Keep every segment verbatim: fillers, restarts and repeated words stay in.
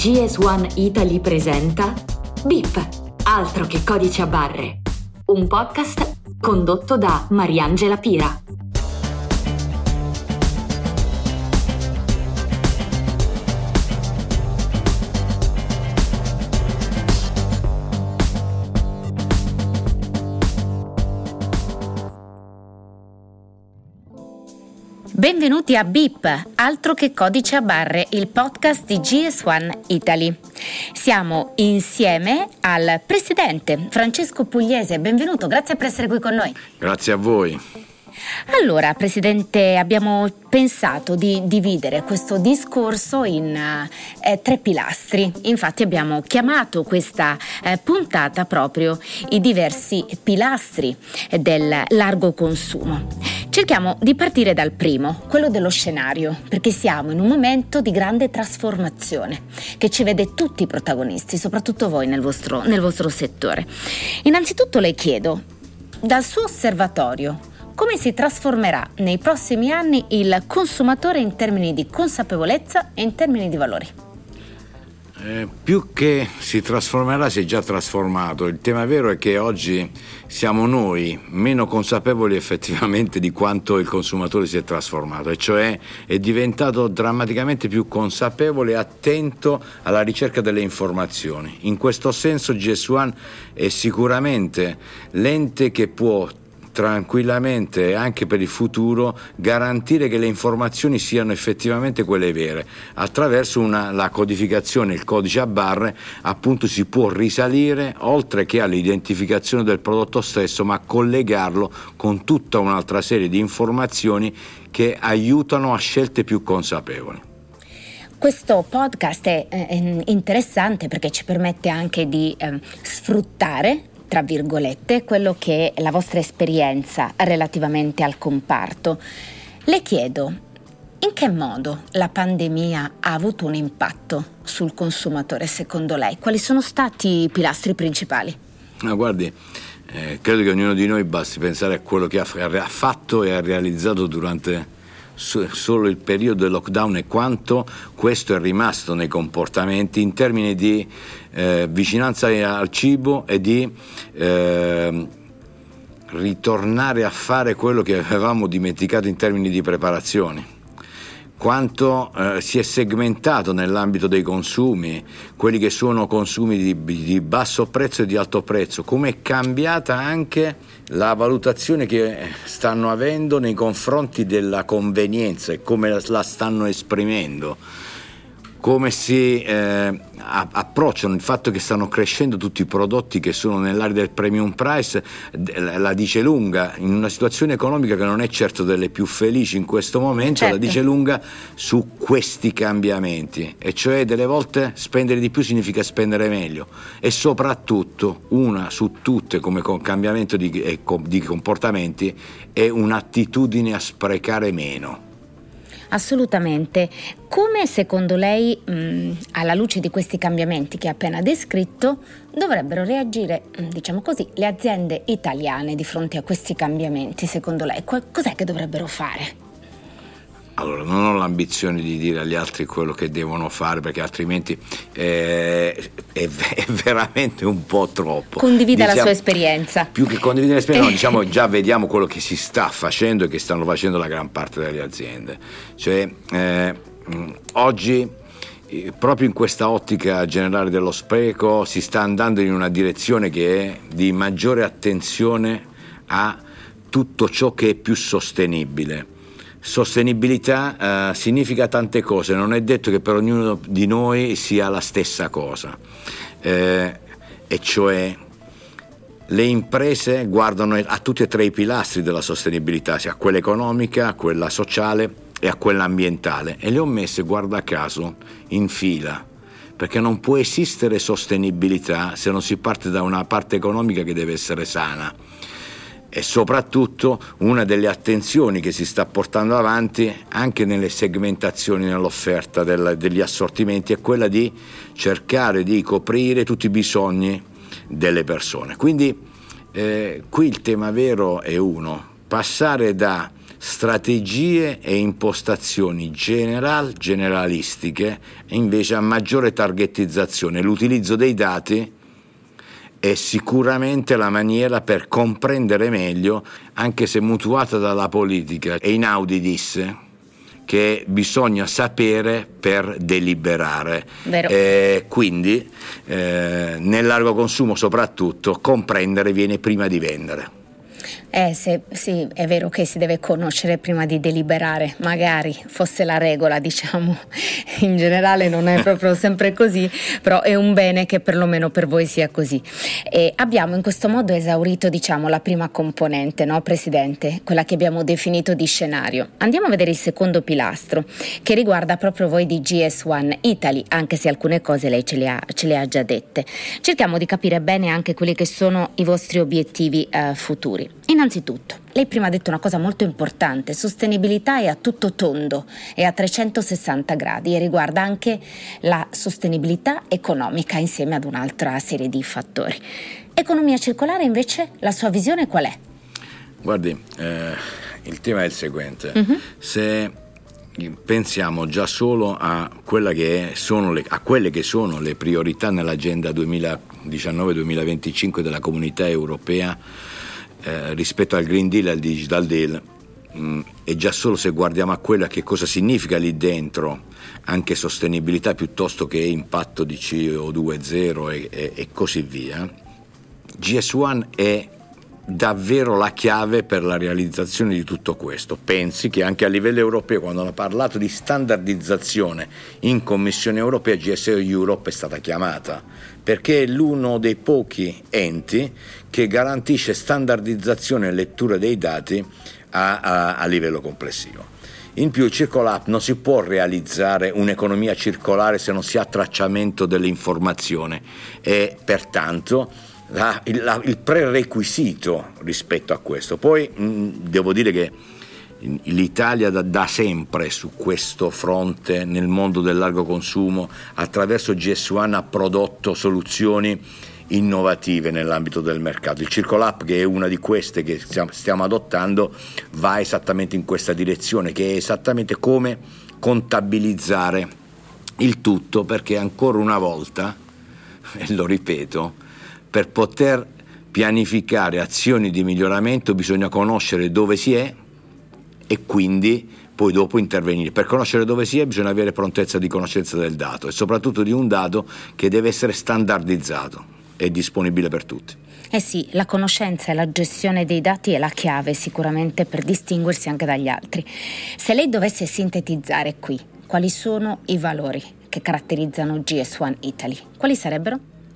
G S uno Italy presenta Beep, altro che codice a barre, un podcast condotto da Mariangela Pira. Benvenuti a Beep, altro che codice a barre, il podcast di G S uno Italy. Siamo insieme al presidente Francesco Pugliese. Benvenuto, grazie per essere qui con noi. Grazie a voi. Allora, Presidente, abbiamo pensato di dividere questo discorso in eh, tre pilastri. Infatti abbiamo chiamato questa eh, puntata proprio i diversi pilastri del largo consumo. Cerchiamo di partire dal primo, quello dello scenario, perché siamo in un momento di grande trasformazione che ci vede tutti i protagonisti, soprattutto voi nel vostro, nel vostro settore. Innanzitutto le chiedo, dal suo osservatorio, come si trasformerà nei prossimi anni il consumatore in termini di consapevolezza e in termini di valori? Eh, più che si trasformerà, si è già trasformato. Il tema vero è che oggi siamo noi meno consapevoli effettivamente di quanto il consumatore si è trasformato, e cioè è diventato drammaticamente più consapevole e attento alla ricerca delle informazioni. In questo senso G S uno è sicuramente l'ente che può tranquillamente, anche per il futuro, garantire che le informazioni siano effettivamente quelle vere. Attraverso una, la codificazione, il codice a barre, appunto si può risalire oltre che all'identificazione del prodotto stesso, ma collegarlo con tutta un'altra serie di informazioni che aiutano a scelte più consapevoli. Questo podcast è eh, interessante perché ci permette anche di eh, sfruttare, tra virgolette, quello che è la vostra esperienza relativamente al comparto. Le chiedo, in che modo la pandemia ha avuto un impatto sul consumatore secondo lei? Quali sono stati i pilastri principali? No, guardi, eh, credo che ognuno di noi basti pensare a quello che ha, ha fatto e ha realizzato durante solo il periodo del lockdown e quanto questo è rimasto nei comportamenti in termini di eh, vicinanza al cibo e di eh, ritornare a fare quello che avevamo dimenticato in termini di preparazioni. Quanto eh, si è segmentato nell'ambito dei consumi, quelli che sono consumi di, di basso prezzo e di alto prezzo, come è cambiata anche la valutazione che stanno avendo nei confronti della convenienza e come la stanno esprimendo, come si eh, approcciano il fatto che stanno crescendo tutti i prodotti che sono nell'area del premium price, la dice lunga in una situazione economica che non è certo delle più felici in questo momento. Certo. La dice lunga su questi cambiamenti, e cioè delle volte spendere di più significa spendere meglio, e soprattutto una su tutte come cambiamento di, di comportamenti è un'attitudine a sprecare meno. Assolutamente. Come secondo lei, mh, alla luce di questi cambiamenti che ha appena descritto, dovrebbero reagire, diciamo così, le aziende italiane di fronte a questi cambiamenti? Secondo lei, cos'è che dovrebbero fare? Allora, non ho l'ambizione di dire agli altri quello che devono fare, perché altrimenti eh, è, è veramente un po' troppo. Condivida diciamo, la sua esperienza. Più che condividere l'esperienza, no, diciamo già vediamo quello che si sta facendo e che stanno facendo la gran parte delle aziende. Cioè, eh, oggi, eh, proprio in questa ottica generale dello spreco, si sta andando in una direzione che è di maggiore attenzione a tutto ciò che è più sostenibile. Sostenibilità eh, significa tante cose, non è detto che per ognuno di noi sia la stessa cosa, eh, e cioè le imprese guardano a tutti e tre i pilastri della sostenibilità, sia a quella economica, a quella sociale e a quella ambientale, e le ho messe, guarda caso, in fila, perché non può esistere sostenibilità se non si parte da una parte economica che deve essere sana. E soprattutto una delle attenzioni che si sta portando avanti anche nelle segmentazioni, nell'offerta del, degli assortimenti, è quella di cercare di coprire tutti i bisogni delle persone. Quindi eh, qui il tema vero è uno: passare da strategie e impostazioni general, generalistiche e invece a maggiore targetizzazione. L'utilizzo dei dati è sicuramente la maniera per comprendere meglio, anche se mutuata dalla politica. Einaudi disse che bisogna sapere per deliberare. Eh, quindi eh, nel largo consumo soprattutto comprendere viene prima di vendere. Eh se, sì, è vero che si deve conoscere prima di deliberare, magari fosse la regola, diciamo, in generale non è proprio sempre così, però è un bene che perlomeno per voi sia così. E abbiamo in questo modo esaurito, diciamo, la prima componente, no, Presidente, quella che abbiamo definito di scenario. Andiamo a vedere il secondo pilastro, che riguarda proprio voi di G S uno Italy, anche se alcune cose lei ce le ha, ce le ha già dette. Cerchiamo di capire bene anche quelli che sono i vostri obiettivi eh, futuri. Innanzitutto, lei prima ha detto una cosa molto importante: sostenibilità è a tutto tondo, è a trecentosessanta gradi e riguarda anche la sostenibilità economica insieme ad un'altra serie di fattori. Economia circolare invece, la sua visione qual è? Guardi, eh, il tema è il seguente. Uh-huh. Se pensiamo già solo a, quella che sono le, a quelle che sono le priorità nell'agenda duemiladiciannove duemilaventicinque della Comunità Europea, Eh, rispetto al Green Deal e al Digital Deal, mh, e già solo se guardiamo a quella che cosa significa lì dentro, anche sostenibilità piuttosto che impatto di C O due zero e, e, e così via, G S uno è davvero la chiave per la realizzazione di tutto questo. Pensi che anche a livello europeo, quando hanno parlato di standardizzazione in Commissione Europea, G S Europe è stata chiamata, perché è l'uno dei pochi enti che garantisce standardizzazione e lettura dei dati a, a, a livello complessivo. In più, il Circle Up non si può realizzare un'economia circolare se non si ha tracciamento dell'informazione e pertanto La, il, la, il prerequisito rispetto a questo. Poi mh, devo dire che l'Italia da, da sempre su questo fronte nel mondo del largo consumo attraverso G S uno ha prodotto soluzioni innovative nell'ambito del mercato. Il Circle Up, che è una di queste che stiamo, stiamo adottando, va esattamente in questa direzione, che è esattamente come contabilizzare il tutto, perché ancora una volta, e lo ripeto, per poter pianificare azioni di miglioramento bisogna conoscere dove si è e quindi poi dopo intervenire. Per conoscere dove si è bisogna avere prontezza di conoscenza del dato e soprattutto di un dato che deve essere standardizzato e disponibile per tutti. Eh sì, la conoscenza e la gestione dei dati è la chiave sicuramente per distinguersi anche dagli altri. Se lei dovesse sintetizzare qui quali sono i valori che caratterizzano G S uno Italy, quali sarebbero?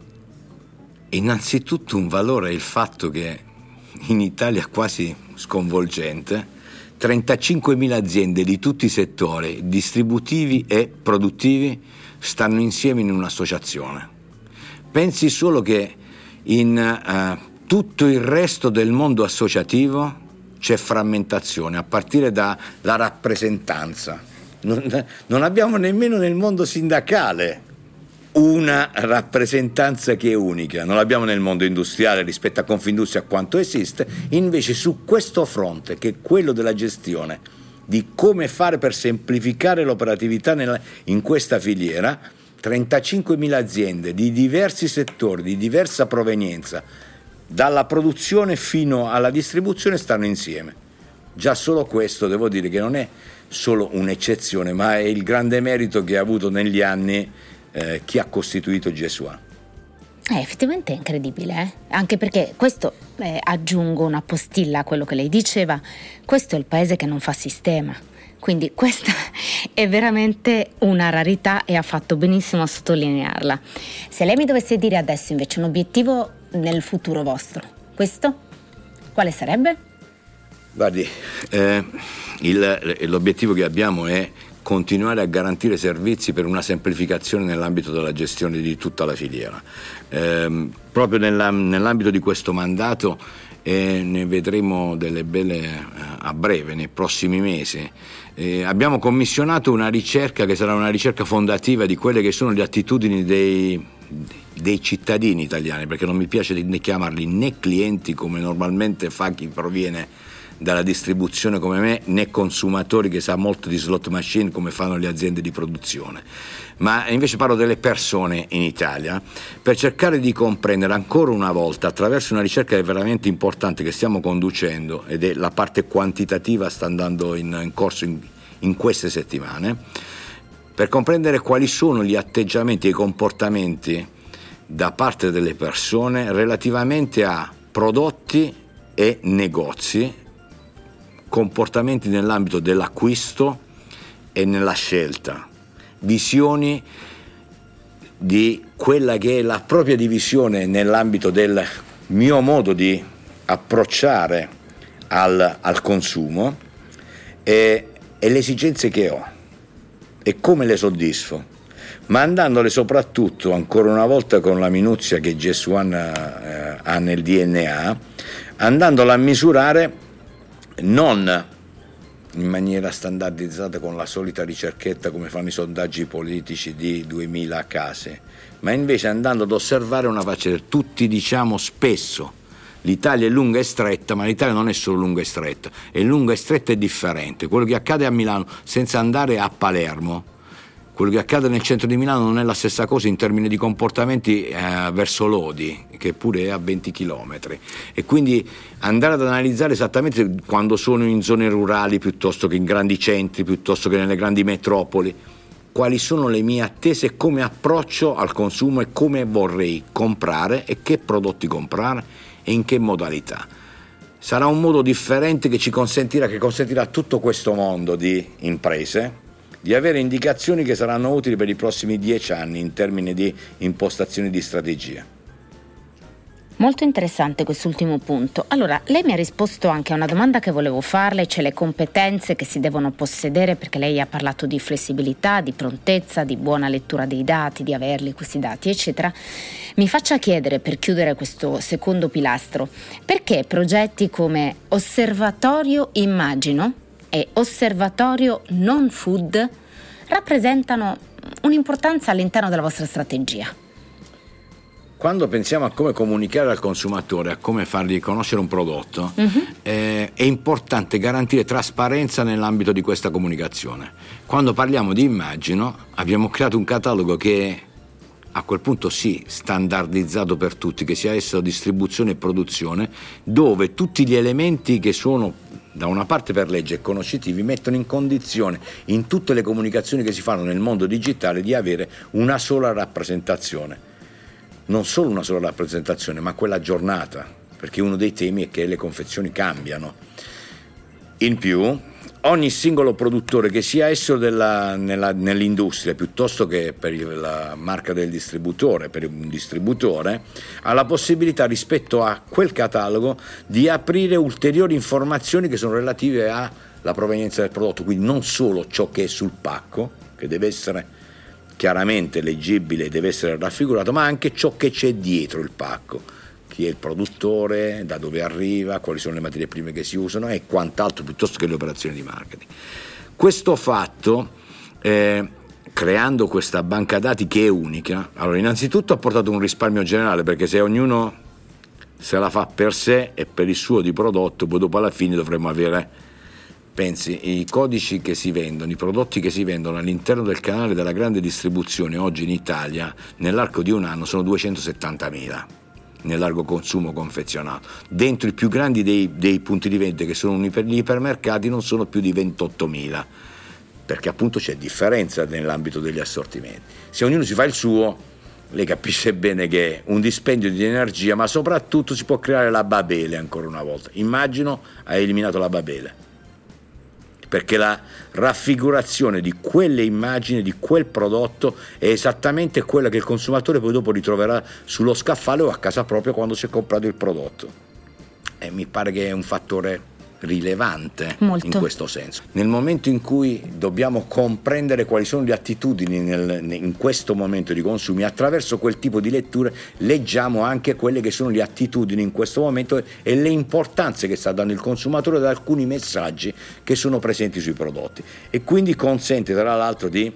Innanzitutto un valore è il fatto che in Italia quasi sconvolgente trentacinquemila aziende di tutti i settori distributivi e produttivi stanno insieme in un'associazione. Pensi solo che in uh, tutto il resto del mondo associativo c'è frammentazione, a partire dalla rappresentanza. Non, non abbiamo nemmeno nel mondo sindacale una rappresentanza che è unica, non l'abbiamo nel mondo industriale rispetto a Confindustria quanto esiste. Invece su questo fronte, che è quello della gestione, di come fare per semplificare l'operatività nella, in questa filiera, trentacinquemila aziende di diversi settori, di diversa provenienza, dalla produzione fino alla distribuzione, stanno insieme. Già solo questo devo dire che non è solo un'eccezione, ma è il grande merito che ha avuto negli anni Eh, chi ha costituito G S uno. Eh, effettivamente è incredibile, eh? Anche perché questo, eh, aggiungo una postilla a quello che lei diceva, questo è il paese che non fa sistema, quindi questa è veramente una rarità e ha fatto benissimo a sottolinearla. Se lei mi dovesse dire adesso invece un obiettivo nel futuro vostro, questo quale sarebbe? Guardi, eh, il, l'obiettivo che abbiamo è continuare a garantire servizi per una semplificazione nell'ambito della gestione di tutta la filiera. Eh, proprio nella, nell'ambito di questo mandato e ne vedremo delle belle eh, a breve, nei prossimi mesi. Eh, abbiamo commissionato una ricerca che sarà una ricerca fondativa di quelle che sono le attitudini dei, dei cittadini italiani, perché non mi piace né chiamarli né clienti come normalmente fa chi proviene dalla distribuzione come me, né consumatori che sa molto di slot machine come fanno le aziende di produzione, ma invece parlo delle persone in Italia, per cercare di comprendere ancora una volta, attraverso una ricerca veramente importante che stiamo conducendo, ed è la parte quantitativa, sta andando in, in corso in, in queste settimane, per comprendere quali sono gli atteggiamenti e i comportamenti da parte delle persone relativamente a prodotti e negozi, comportamenti nell'ambito dell'acquisto e nella scelta, visioni di quella che è la propria divisione nell'ambito del mio modo di approcciare al, al consumo e, e le esigenze che ho e come le soddisfo, ma andandole soprattutto, ancora una volta con la minuzia che G S uno eh, ha nel D N A, andandola a misurare non in maniera standardizzata con la solita ricerchetta come fanno i sondaggi politici di duemila case, ma invece andando ad osservare una faccia. Tutti diciamo spesso l'Italia è lunga e stretta, ma l'Italia non è solo lunga e stretta, è lunga e stretta e differente. Quello che accade a Milano, senza andare a Palermo, quello che accade nel centro di Milano non è la stessa cosa in termini di comportamenti eh, verso Lodi, che pure è a venti chilometri, e quindi andare ad analizzare esattamente quando sono in zone rurali piuttosto che in grandi centri, piuttosto che nelle grandi metropoli, quali sono le mie attese e come approccio al consumo e come vorrei comprare e che prodotti comprare e in che modalità. Sarà un modo differente che ci consentirà, che consentirà a tutto questo mondo di imprese di avere indicazioni che saranno utili per i prossimi dieci anni in termini di impostazione di strategia. Molto interessante quest'ultimo punto. Allora, lei mi ha risposto anche a una domanda che volevo farle, cioè le competenze che si devono possedere, perché lei ha parlato di flessibilità, di prontezza, di buona lettura dei dati, di averli questi dati, eccetera. Mi faccia chiedere, per chiudere questo secondo pilastro, perché progetti come Osservatorio Immagino e Osservatorio Non Food rappresentano un'importanza all'interno della vostra strategia? Quando pensiamo a come comunicare al consumatore, a come fargli conoscere un prodotto, uh-huh. eh, è importante garantire trasparenza nell'ambito di questa comunicazione. Quando parliamo di Immagino, abbiamo creato un catalogo che a quel punto sì, standardizzato per tutti, che sia esso distribuzione e produzione, dove tutti gli elementi che sono da una parte per legge e conoscitivi mettono in condizione in tutte le comunicazioni che si fanno nel mondo digitale di avere una sola rappresentazione, non solo una sola rappresentazione ma quella aggiornata, perché uno dei temi è che le confezioni cambiano. In più ogni singolo produttore, che sia esso della, nella, nell'industria piuttosto che per la marca del distributore, per un distributore, ha la possibilità rispetto a quel catalogo di aprire ulteriori informazioni che sono relative alla provenienza del prodotto, quindi non solo ciò che è sul pacco, che deve essere chiaramente leggibile, deve essere raffigurato, ma anche ciò che c'è dietro il pacco. Chi è il produttore, da dove arriva, quali sono le materie prime che si usano e quant'altro, piuttosto che le operazioni di marketing. Questo fatto, eh, creando questa banca dati che è unica, allora innanzitutto ha portato un risparmio generale, perché se ognuno se la fa per sé e per il suo di prodotto, poi dopo alla fine dovremmo avere, pensi, i codici che si vendono, i prodotti che si vendono all'interno del canale della grande distribuzione oggi in Italia, nell'arco di un anno sono duecentosettantamila. Nel largo consumo confezionato, dentro i più grandi dei, dei punti di vendita che sono gli ipermercati non sono più di ventottomila, perché appunto c'è differenza nell'ambito degli assortimenti. Se ognuno si fa il suo, lei capisce bene che è un dispendio di energia, ma soprattutto si può creare la Babele ancora una volta. Immagino ha eliminato la Babele, perché la raffigurazione di quelle immagini, di quel prodotto, è esattamente quella che il consumatore poi dopo ritroverà sullo scaffale o a casa propria quando si è comprato il prodotto. E mi pare che è un fattore rilevante. Molto. In questo senso. Nel momento in cui dobbiamo comprendere quali sono le attitudini nel, in questo momento di consumi, attraverso quel tipo di letture leggiamo anche quelle che sono le attitudini in questo momento e le importanze che sta dando il consumatore da alcuni messaggi che sono presenti sui prodotti, e quindi consente tra l'altro di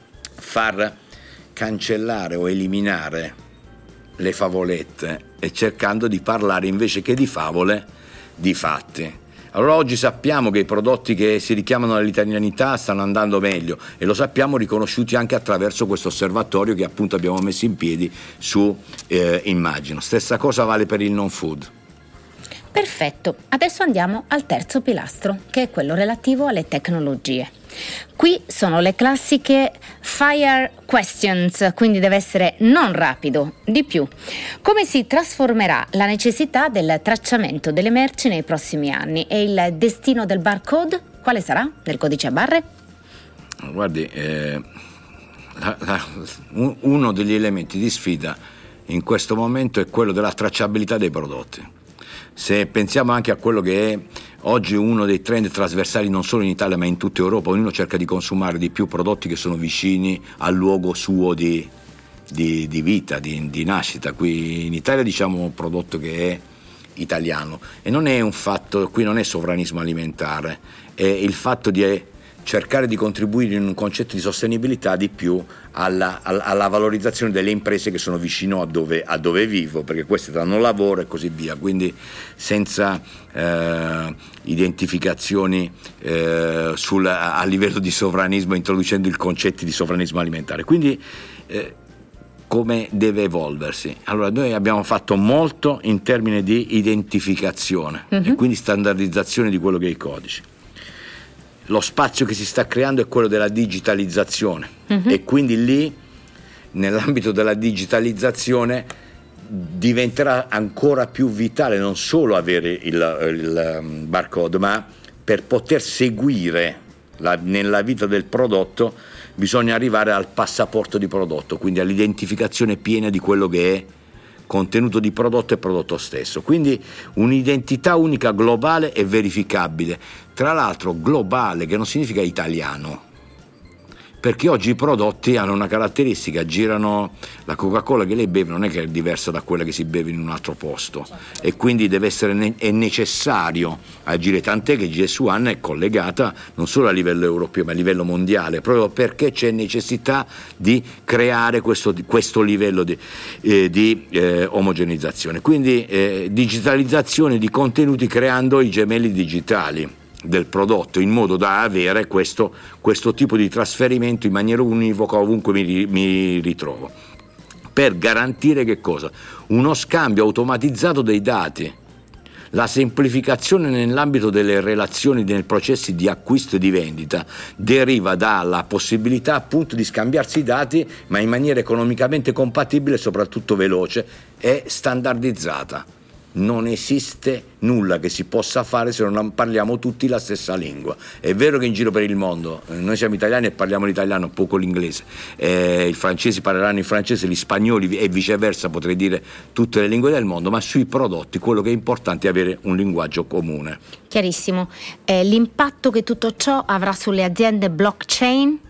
far cancellare o eliminare le favolette e cercando di parlare invece che di favole di fatti. Allora oggi sappiamo che i prodotti che si richiamano all'italianità stanno andando meglio e lo sappiamo riconosciuti anche attraverso questo osservatorio che appunto abbiamo messo in piedi su eh, Immagino. Stessa cosa vale per il non food. Perfetto, adesso andiamo al terzo pilastro, che è quello relativo alle tecnologie. Qui sono le classiche fire questions, quindi deve essere non rapido, di più. Come si trasformerà la necessità del tracciamento delle merci nei prossimi anni e il destino del barcode? Quale sarà? Del codice a barre? Guardi, eh, la, la, uno degli elementi di sfida in questo momento è quello della tracciabilità dei prodotti. Se pensiamo anche a quello che è oggi uno dei trend trasversali non solo in Italia ma in tutta Europa, ognuno cerca di consumare di più prodotti che sono vicini al luogo suo di, di, di vita, di, di nascita. Qui in Italia diciamo un prodotto che è italiano e non è un fatto, qui non è sovranismo alimentare, è il fatto di cercare di contribuire in un concetto di sostenibilità di più alla, alla, alla valorizzazione delle imprese che sono vicino a dove, a dove vivo, perché queste danno lavoro e così via, quindi senza eh, identificazioni eh, sul, a livello di sovranismo, introducendo il concetto di sovranismo alimentare. Quindi eh, come deve evolversi? Allora noi abbiamo fatto molto in termini di identificazione mm-hmm. e quindi standardizzazione di quello che è il codice. Lo spazio che si sta creando è quello della digitalizzazione uh-huh. e quindi lì nell'ambito della digitalizzazione diventerà ancora più vitale non solo avere il, il barcode, ma per poter seguire la, nella vita del prodotto bisogna arrivare al passaporto di prodotto, quindi all'identificazione piena di quello che è contenuto di prodotto e prodotto stesso, quindi un'identità unica globale e verificabile, tra l'altro globale, che non significa italiano, perché oggi i prodotti hanno una caratteristica, girano, la Coca-Cola che lei beve non è che è diversa da quella che si beve in un altro posto e quindi deve essere ne- è necessario agire, tant'è che G S uno è collegata non solo a livello europeo ma a livello mondiale, proprio perché c'è necessità di creare questo, questo livello di, eh, di eh, omogenizzazione, quindi eh, digitalizzazione di contenuti creando i gemelli digitali del prodotto in modo da avere questo, questo tipo di trasferimento in maniera univoca ovunque mi, mi ritrovo, per garantire che cosa? Uno scambio automatizzato dei dati, la semplificazione nell'ambito delle relazioni nei processi di acquisto e di vendita deriva dalla possibilità appunto di scambiarsi i dati ma in maniera economicamente compatibile e soprattutto veloce e standardizzata. Non esiste nulla che si possa fare se non parliamo tutti la stessa lingua. È vero che in giro per il mondo eh, noi siamo italiani e parliamo l'italiano, poco l'inglese, eh, i francesi parleranno il francese, gli spagnoli e viceversa, potrei dire tutte le lingue del mondo, ma sui prodotti quello che è importante è avere un linguaggio comune. Chiarissimo. Eh, l'impatto che tutto ciò avrà sulle aziende blockchain?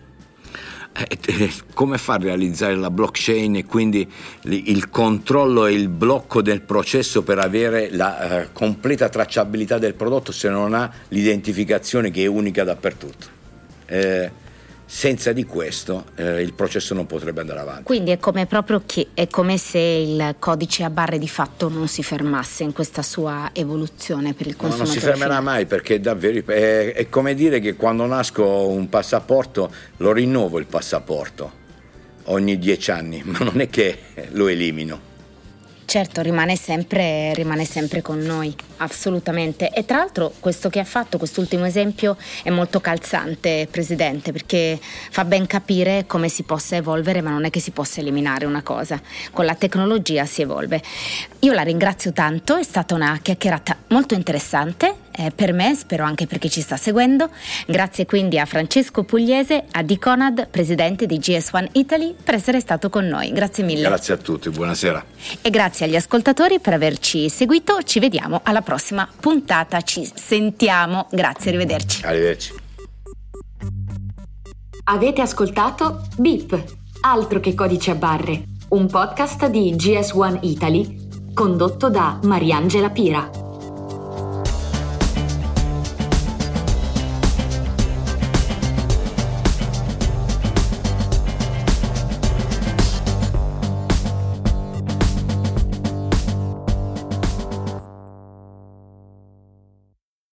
Come fa a realizzare la blockchain e quindi il controllo e il blocco del processo per avere la uh, completa tracciabilità del prodotto se non ha l'identificazione che è unica dappertutto? Eh, senza di questo eh, il processo non potrebbe andare avanti. Quindi è come proprio che è come se il codice a barre di fatto non si fermasse in questa sua evoluzione per il consumatore. No, non si fermerà finale. mai, perché davvero è, è come dire che quando nasco un passaporto lo rinnovo il passaporto ogni dieci anni, ma non è che lo elimino. Certo, rimane sempre, rimane sempre con noi, assolutamente. E tra l'altro questo che ha fatto, quest'ultimo esempio, è molto calzante, Presidente, perché fa ben capire come si possa evolvere, ma non è che si possa eliminare una cosa. Con la tecnologia si evolve. Io la ringrazio tanto, è stata una chiacchierata molto interessante, eh, per me, spero anche per chi ci sta seguendo. Grazie quindi a Francesco Pugliese, a Di Conad, Presidente di G S uno Italy, per essere stato con noi. Grazie mille. Grazie a tutti, buonasera. E grazie agli ascoltatori per averci seguito, ci vediamo alla prossima puntata, ci sentiamo, grazie, arrivederci. Arrivederci. Avete ascoltato Beep, altro che codice a barre, un podcast di G S uno Italy condotto da Mariangela Pira.